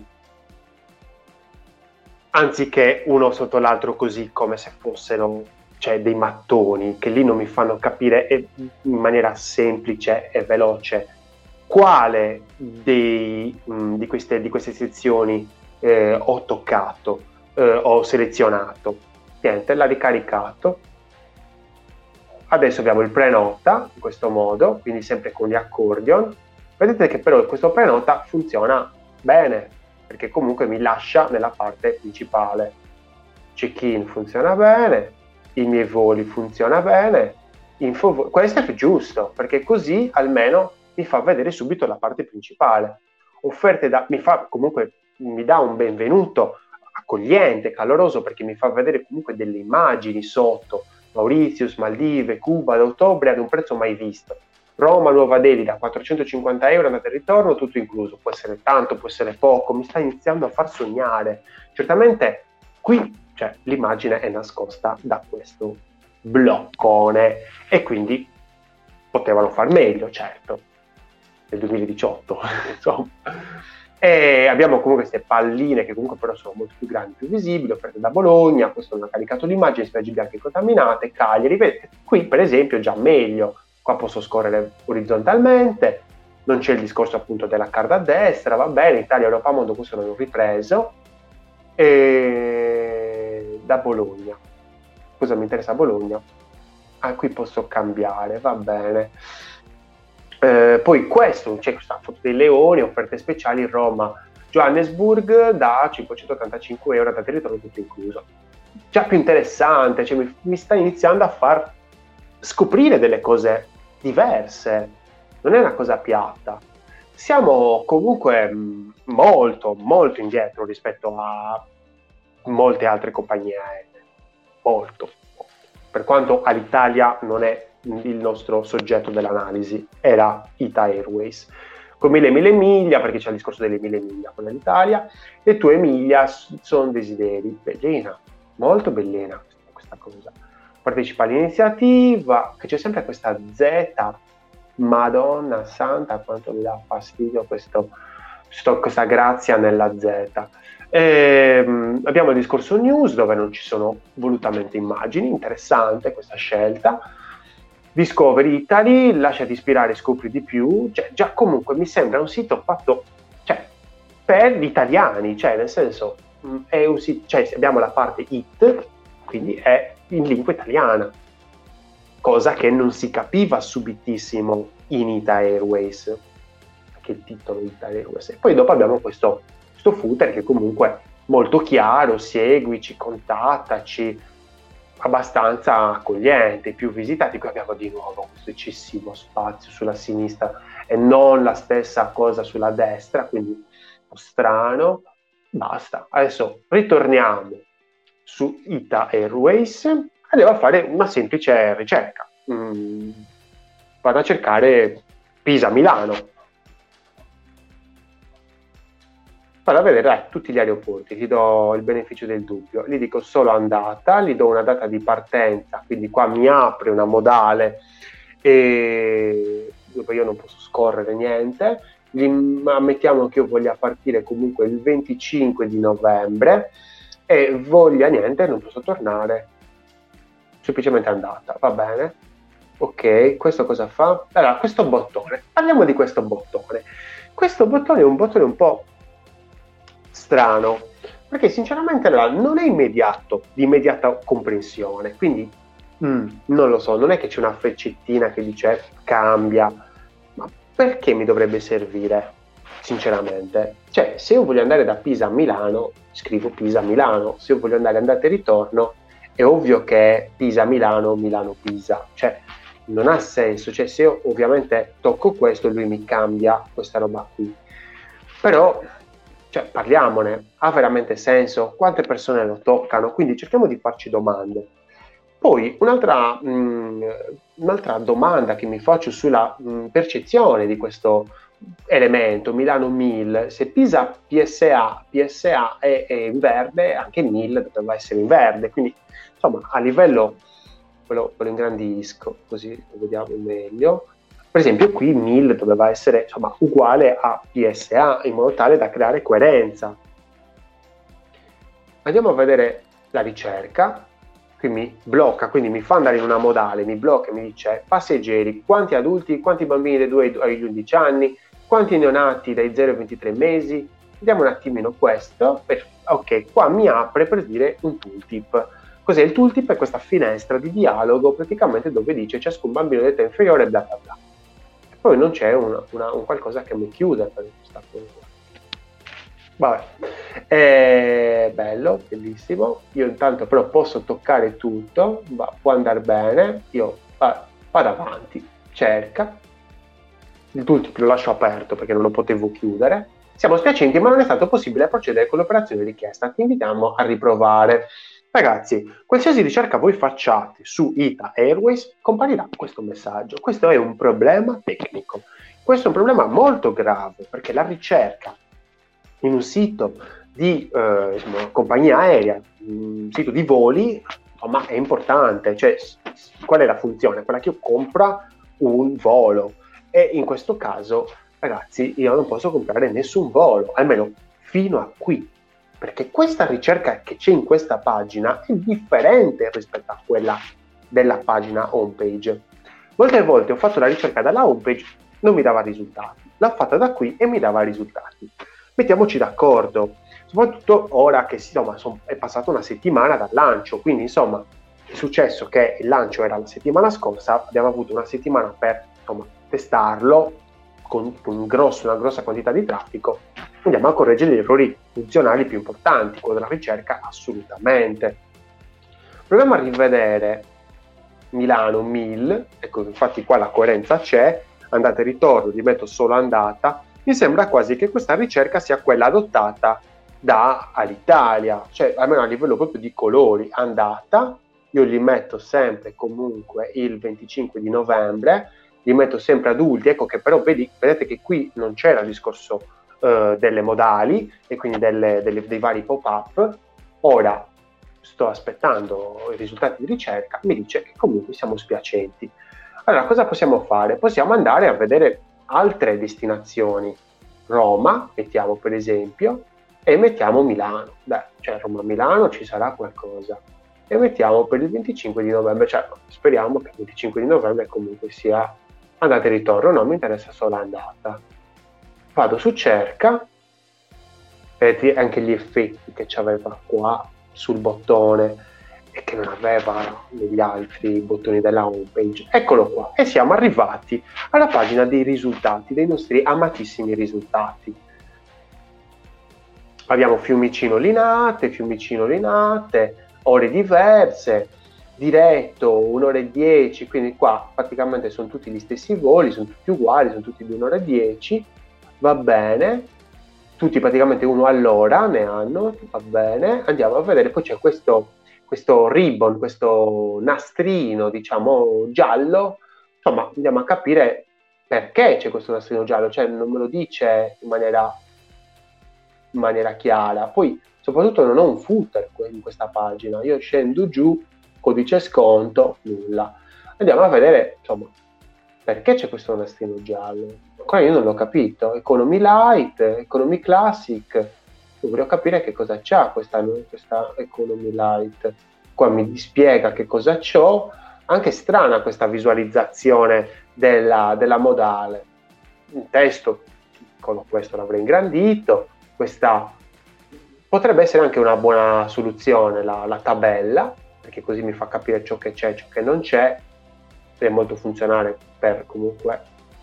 anziché uno sotto l'altro così come se fossero cioè, dei mattoni, che lì non mi fanno capire in maniera semplice e veloce quale dei, mh, di, queste, di queste sezioni eh, ho toccato, eh, ho selezionato. Niente, l'ha ricaricato. Adesso abbiamo il prenota in questo modo, quindi sempre con gli accordion. Vedete che però questo prenota funziona bene, perché comunque mi lascia nella parte principale. Check-in funziona bene, i miei voli funziona bene, info, questo è giusto, perché così almeno mi fa vedere subito la parte principale. Offerte da, mi fa comunque, mi dà un benvenuto accogliente, caloroso, perché mi fa vedere comunque delle immagini sotto, Mauritius, Maldive, Cuba, ad ottobre ad un prezzo mai visto. Roma, Nuova Delhi da quattrocentocinquanta euro andata e ritorno, tutto incluso. Può essere tanto, può essere poco, mi sta iniziando a far sognare. Certamente qui, cioè, l'immagine è nascosta da questo bloccone e quindi potevano far meglio, certo, nel duemiladiciotto, insomma. E abbiamo comunque queste palline che comunque però sono molto più grandi, più visibili, offerte da Bologna. Questo non ha caricato l'immagine, spiagge bianche contaminate, Cagliari. Vedete, qui per esempio già meglio. Qua posso scorrere orizzontalmente, non c'è il discorso appunto della carta a destra, va bene, Italia, Europa, Mondo, questo l'hanno ripreso. E da Bologna, cosa mi interessa a Bologna? Ah, qui posso cambiare, va bene. Eh, poi questo, c'è questa foto dei leoni, offerte speciali Roma, Johannesburg da cinquecentottantacinque euro da territorio tutto incluso. Già più interessante, cioè mi, mi sta iniziando a far scoprire delle cose diverse, non è una cosa piatta. Siamo comunque molto, molto indietro rispetto a molte altre compagnie aeree, molto, molto. Per quanto Alitalia non è il nostro soggetto dell'analisi, era Ita Airways. Con mille mille miglia, perché c'è il discorso delle mille miglia con l'Italia, le tue miglia sono desideri. Bellina, molto bellina questa cosa. Partecipa all'iniziativa, che c'è sempre questa Z, Madonna santa quanto mi dà fastidio questo, questo, questa grazia nella Z. E, um, abbiamo il discorso news dove non ci sono volutamente immagini, interessante questa scelta. Discovery Italy, lasciati ispirare, scopri di più, cioè, già comunque mi sembra un sito fatto, cioè, per gli italiani, cioè nel senso è un sito, cioè abbiamo la parte it, quindi è in lingua italiana, cosa che non si capiva subitissimo in Ita Airways, che il titolo Ita Airways. E poi dopo abbiamo questo, questo footer che comunque è molto chiaro, seguici, contattaci, abbastanza accogliente, più visitati. Qui abbiamo di nuovo questo eccessivo spazio sulla sinistra e non la stessa cosa sulla destra, quindi un po' strano. Basta, adesso ritorniamo su Ita Airways e andiamo a fare una semplice ricerca. Mm, vado a cercare Pisa-Milano, vado a vedere eh, tutti gli aeroporti, gli do il beneficio del dubbio, gli dico solo andata, gli do una data di partenza, quindi qua mi apre una modale e dove io non posso scorrere niente. Gli ammettiamo che io voglia partire comunque il venticinque di novembre e voglia niente, non posso tornare, semplicemente andata, va bene? Ok, questo cosa fa? Allora, questo bottone, parliamo di questo bottone. Questo bottone è un bottone un po' strano, perché sinceramente allora, non è immediato, di immediata comprensione, quindi mm, non lo so, non è che c'è una freccettina che dice cambia, ma perché mi dovrebbe servire, sinceramente? Cioè, se io voglio andare da Pisa a Milano, scrivo Pisa a Milano, se io voglio andare andata e ritorno, è ovvio che è Pisa Milano, Milano Pisa, cioè non ha senso, cioè se io ovviamente tocco questo lui mi cambia questa roba qui, però cioè, parliamone, ha veramente senso? Quante persone lo toccano? Quindi cerchiamo di farci domande. Poi un'altra, mh, un'altra domanda che mi faccio sulla mh, percezione di questo elemento Milano Mil, se Pisa P S A, P S A è, è in verde, anche Mil doveva essere in verde, quindi insomma a livello, ve lo, ve lo ingrandisco così lo vediamo meglio. Per esempio qui Mil doveva essere insomma uguale a P S A in modo tale da creare coerenza. Andiamo a vedere la ricerca. Qui mi blocca, quindi mi fa andare in una modale, mi blocca e mi dice passeggeri, quanti adulti, quanti bambini dai due agli undici anni, quanti neonati dai zero ai ventitré mesi. Vediamo un attimino questo. Per, ok, qua mi apre per dire un tooltip. Cos'è il tooltip? È questa finestra di dialogo praticamente dove dice ciascun bambino di età inferiore bla bla bla. E poi non c'è una, una, un qualcosa che mi chiude per questa cosa. Vabbè, è bello, bellissimo. Io intanto però posso toccare tutto, va, può andare bene. Io va, vado avanti, cerca, il tooltip lo lascio aperto perché non lo potevo chiudere, siamo spiacenti ma non è stato possibile procedere con l'operazione richiesta, ti invitiamo a riprovare. Ragazzi, qualsiasi ricerca voi facciate su Ita Airways comparirà questo messaggio. Questo è un problema tecnico. Questo è un problema molto grave perché la ricerca in un sito di eh, insomma, compagnia aerea, un sito di voli, insomma, è importante. Cioè, qual è la funzione? Quella che io compro un volo e in questo caso, ragazzi, io non posso comprare nessun volo, almeno fino a qui. Perché questa ricerca che c'è in questa pagina è differente rispetto a quella della pagina homepage. Molte volte ho fatto la ricerca dalla homepage, non mi dava risultati. L'ho fatta da qui e mi dava risultati. Mettiamoci d'accordo, soprattutto ora che insomma, son, è passata una settimana dal lancio, quindi insomma è successo che il lancio era la settimana scorsa, abbiamo avuto una settimana per insomma, testarlo con un grosso, una grossa quantità di traffico. Andiamo a correggere gli errori funzionali più importanti, quello della ricerca assolutamente. Proviamo a rivedere Milano mil, ecco infatti qua la coerenza c'è, andata e ritorno, li metto solo andata, mi sembra quasi che questa ricerca sia quella adottata da Alitalia, cioè almeno a livello proprio di colori, andata, io li metto sempre comunque il venticinque di novembre, li metto sempre adulti, ecco che però vedi, vedete che qui non c'era il discorso uh, delle modali e quindi delle, delle, dei vari pop-up. Ora sto aspettando i risultati di ricerca, mi dice che comunque siamo spiacenti. Allora cosa possiamo fare? Possiamo andare a vedere altre destinazioni, Roma, mettiamo per esempio, e mettiamo Milano. Beh, cioè Roma-Milano ci sarà qualcosa. E mettiamo per il venticinque di novembre, cioè speriamo che il venticinque di novembre comunque sia andata e ritorno, no, mi interessa solo andata. Vado su cerca, vedete anche gli effetti che c'aveva qua sul bottone e che non aveva negli altri bottoni della homepage. Eccolo qua, e siamo arrivati alla pagina dei risultati, dei nostri amatissimi risultati. Abbiamo Fiumicino Linate, Fiumicino Linate, ore diverse, diretto un'ora e dieci, quindi qua praticamente sono tutti gli stessi voli, sono tutti uguali, sono tutti di un'ora e dieci, va bene, tutti praticamente uno all'ora ne hanno, va bene, andiamo a vedere, poi c'è questo, questo ribbon, questo nastrino diciamo giallo, insomma andiamo a capire perché c'è questo nastrino giallo, cioè non me lo dice in maniera, in maniera chiara, poi soprattutto non ho un footer in questa pagina, io scendo giù, codice sconto, nulla. Andiamo a vedere, insomma, perché c'è questo nastrino giallo. Ancora io non l'ho capito. Economy Light, Economy Classic. Dovrei capire che cosa c'ha questa, questa Economy Light. Qua mi spiega che cosa c'ho. Anche strana questa visualizzazione della, della modale. Un testo, con questo l'avrei ingrandito. Questa potrebbe essere anche una buona soluzione, la, la tabella, perché così mi fa capire ciò che c'è e ciò che non c'è, è molto funzionale per comunque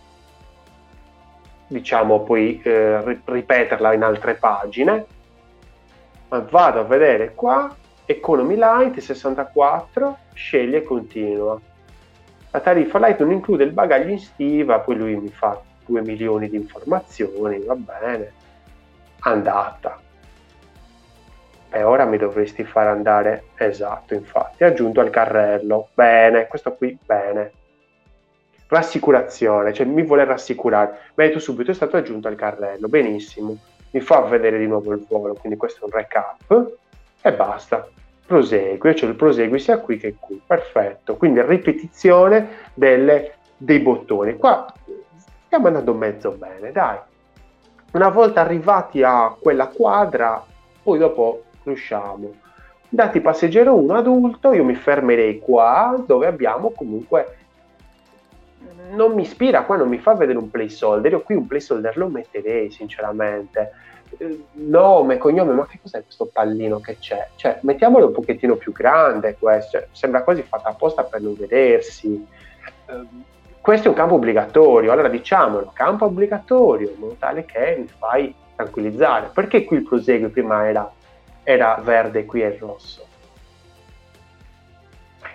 diciamo poi eh, ripeterla in altre pagine. Ma vado a vedere qua Economy Light sessantaquattro, sceglie e continua. La tariffa Light non include il bagaglio in stiva, poi lui mi fa due milioni di informazioni, va bene, andata. E ora mi dovresti far andare, esatto, infatti, aggiunto al carrello, bene, questo qui, bene. Rassicurazione, cioè mi vuole rassicurare, mi ha detto subito è stato aggiunto al carrello, benissimo, mi fa vedere di nuovo il volo, quindi questo è un recap, e basta, prosegui, cioè il prosegui sia qui che qui, perfetto, quindi ripetizione delle, dei bottoni, qua stiamo andando mezzo bene, dai. Una volta arrivati a quella quadra, poi dopo riusciamo. Dati passeggero uno adulto, io mi fermerei qua dove abbiamo comunque, non mi ispira, qua non mi fa vedere un placeholder, io qui un placeholder lo metterei sinceramente, nome, cognome, ma che cos'è questo pallino che c'è? Cioè mettiamolo un pochettino più grande questo, cioè, sembra quasi fatta apposta per non vedersi. Questo è un campo obbligatorio, allora diciamolo, campo obbligatorio, in modo tale che mi fai tranquillizzare. Perché qui il proseguo prima era, era verde, qui è rosso? Questo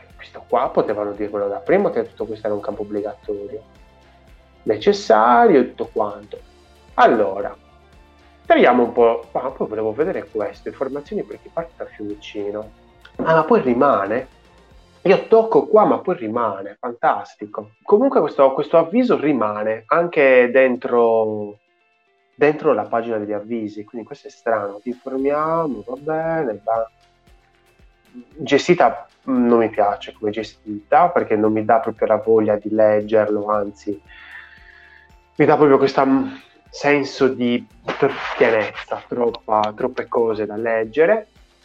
qua potevano dirmelo da prima che tutto questo era un campo obbligatorio, necessario e tutto quanto. Allora, tagliamo un po', ah, poi volevo vedere questo, informazioni per chi parte da Fiumicino. Ah, ma poi rimane? Io tocco qua, ma poi rimane, fantastico. Comunque questo, questo avviso rimane anche dentro, dentro la pagina degli avvisi, quindi questo è strano, ti informiamo, va bene, va. Gestita non mi piace come gestita, perché non mi dà proprio la voglia di leggerlo, anzi mi dà proprio questo senso di pienezza, troppa, troppe cose da leggere.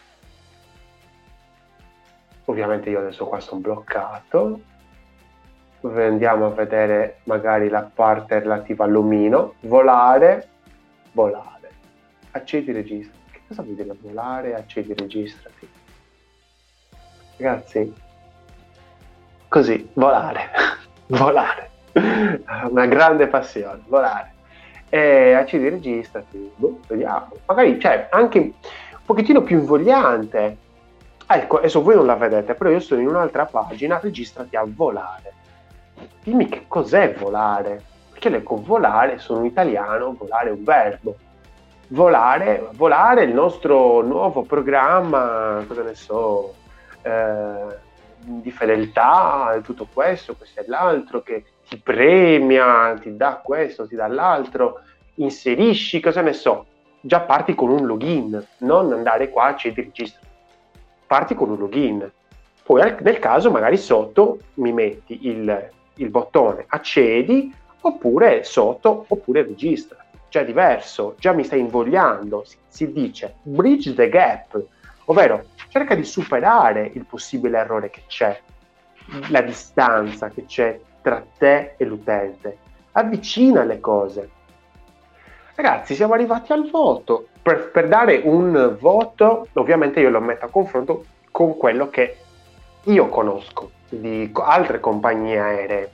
Ovviamente io adesso qua sono bloccato. Andiamo a vedere magari la parte relativa all'omino. Volare, volare. Accedi registra. Che cosa vuol dire volare? Accedi registrati. Ragazzi, così, volare, volare. Una grande passione, volare. E accedi registrati. Boh, vediamo. Magari, cioè, anche un pochettino più invogliante. Ecco, adesso voi non la vedete, però io sono in un'altra pagina, registrati a volare. Dimmi che cos'è volare, perché leggo volare, sono un italiano, volare è un verbo. Volare, volare è il nostro nuovo programma, cosa ne so, eh, di fedeltà, tutto questo, questo e l'altro, che ti premia, ti dà questo, ti dà l'altro, inserisci, cosa ne so, già parti con un login, non andare qua, accedi, registra. Parti con un login, poi nel caso magari sotto mi metti il, il bottone accedi, oppure sotto, oppure registra. Già è diverso, già mi stai invogliando, si, si dice bridge the gap, ovvero cerca di superare il possibile errore che c'è, la distanza che c'è tra te e l'utente, avvicina le cose. Ragazzi, siamo arrivati al voto. Per, per dare un voto, ovviamente io lo metto a confronto con quello che io conosco di altre compagnie aeree.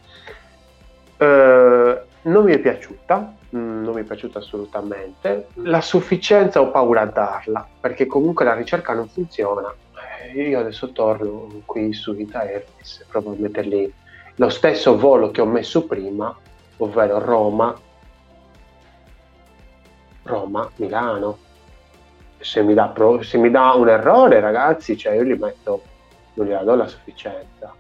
Eh, non mi è piaciuta, non mi è piaciuta assolutamente. La sufficienza ho paura a darla, perché comunque la ricerca non funziona. Io adesso torno qui su Ita Airways, provo a metterli lo stesso volo che ho messo prima, ovvero Roma, Roma, Milano. Se mi, dà pro, se mi dà un errore, ragazzi, cioè io li metto, non gliela do la sufficienza.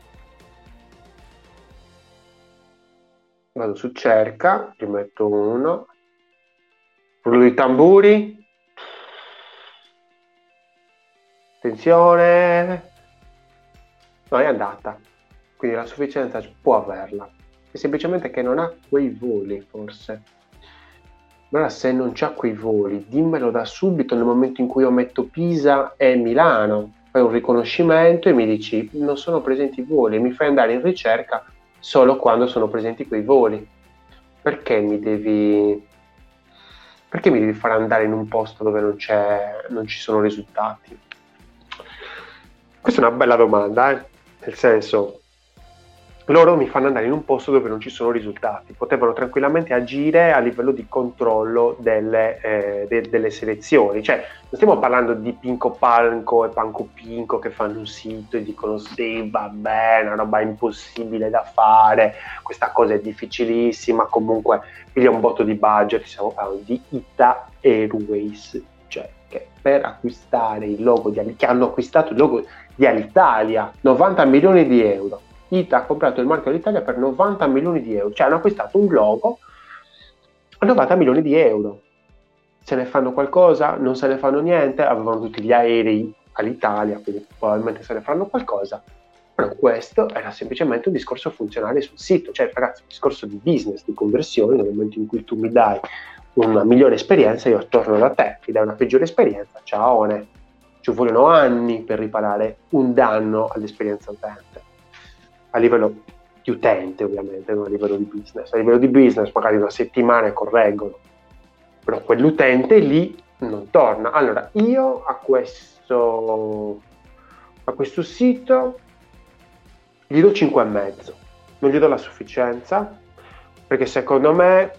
Vado su cerca, gli metto uno, rullo di tamburi, attenzione, no, è andata, quindi la sufficienza può averla, è semplicemente che non ha quei voli, forse. Allora, se non c'ha quei voli, dimmelo da subito nel momento in cui io metto Pisa e Milano, fai un riconoscimento e mi dici non sono presenti i voli, e mi fai andare in ricerca solo quando sono presenti quei voli. Perché mi devi perché mi devi far andare in un posto dove non c'è non ci sono risultati? Questa è una bella domanda, eh? Nel senso, loro mi fanno andare in un posto dove non ci sono risultati, potevano tranquillamente agire a livello di controllo delle, eh, de- delle selezioni, cioè non stiamo parlando di Pinco Panco e Panco Pinco che fanno un sito e dicono sì, vabbè, una roba impossibile da fare, questa cosa è difficilissima, comunque piglia un botto di budget, stiamo parlando di Ita Airways, cioè che per acquistare il logo di che hanno acquistato il logo di Alitalia, novanta milioni di euro. Ita ha comprato il marchio dell'Italia per novanta milioni di euro, cioè hanno acquistato un logo a novanta milioni di euro. Se ne fanno qualcosa? Non se ne fanno niente? Avevano tutti gli aerei all'Italia, quindi probabilmente se ne fanno qualcosa. Però questo era semplicemente un discorso funzionale sul sito, cioè ragazzi, un discorso di business, di conversione. Nel momento in cui tu mi dai una migliore esperienza, io torno da te, mi dai una peggiore esperienza, ciao, ne. Ci vogliono anni per riparare un danno all'esperienza utente. A livello di utente, ovviamente, non a livello di business. A livello di business magari una settimana e correggono, però quell'utente lì non torna. Allora io a questo a questo sito gli do cinque e mezzo, non gli do la sufficienza, perché secondo me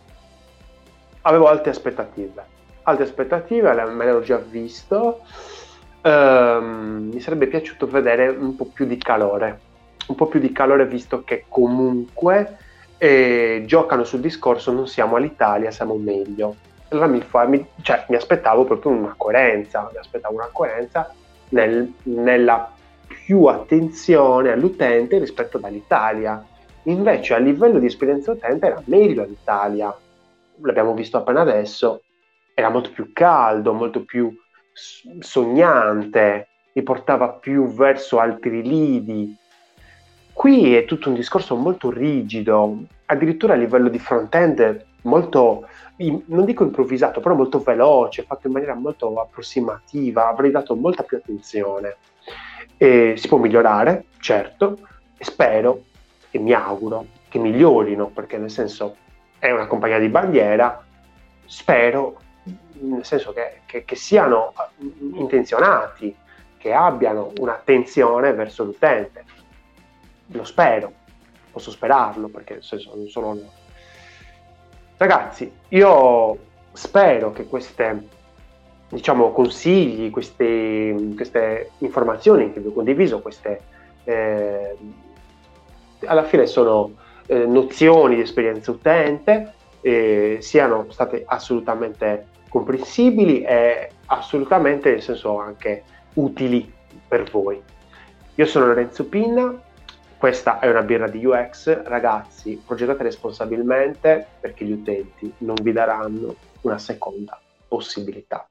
avevo alte aspettative alte aspettative, me l'ero già visto. Um, mi sarebbe piaciuto vedere un po' più di calore un po' più di calore, visto che comunque eh, giocano sul discorso non siamo all'Italia, siamo meglio. Allora mi, fa, mi, cioè, mi aspettavo proprio una coerenza, mi aspettavo una coerenza nel, nella più attenzione all'utente rispetto all'Italia. Invece a livello di esperienza utente era meglio l'Italia, l'abbiamo visto appena adesso, era molto più caldo, molto più sognante, mi portava più verso altri lidi. Qui è tutto un discorso molto rigido, addirittura a livello di front-end molto, non dico improvvisato, però molto veloce, fatto in maniera molto approssimativa, avrei dato molta più attenzione. E si può migliorare, certo, e spero e mi auguro che migliorino, perché nel senso è una compagnia di bandiera, spero nel senso che, che, che siano intenzionati, che abbiano un'attenzione verso l'utente. Lo spero, posso sperarlo, perché nel senso non sono... Ragazzi, io spero che queste, diciamo, consigli, queste, queste informazioni che vi ho condiviso, queste eh, alla fine sono eh, nozioni di esperienza utente, eh, siano state assolutamente comprensibili e assolutamente, nel senso, anche utili per voi. Io sono Lorenzo Pinna, questa è una birra di U X. Ragazzi, progettate responsabilmente, perché gli utenti non vi daranno una seconda possibilità.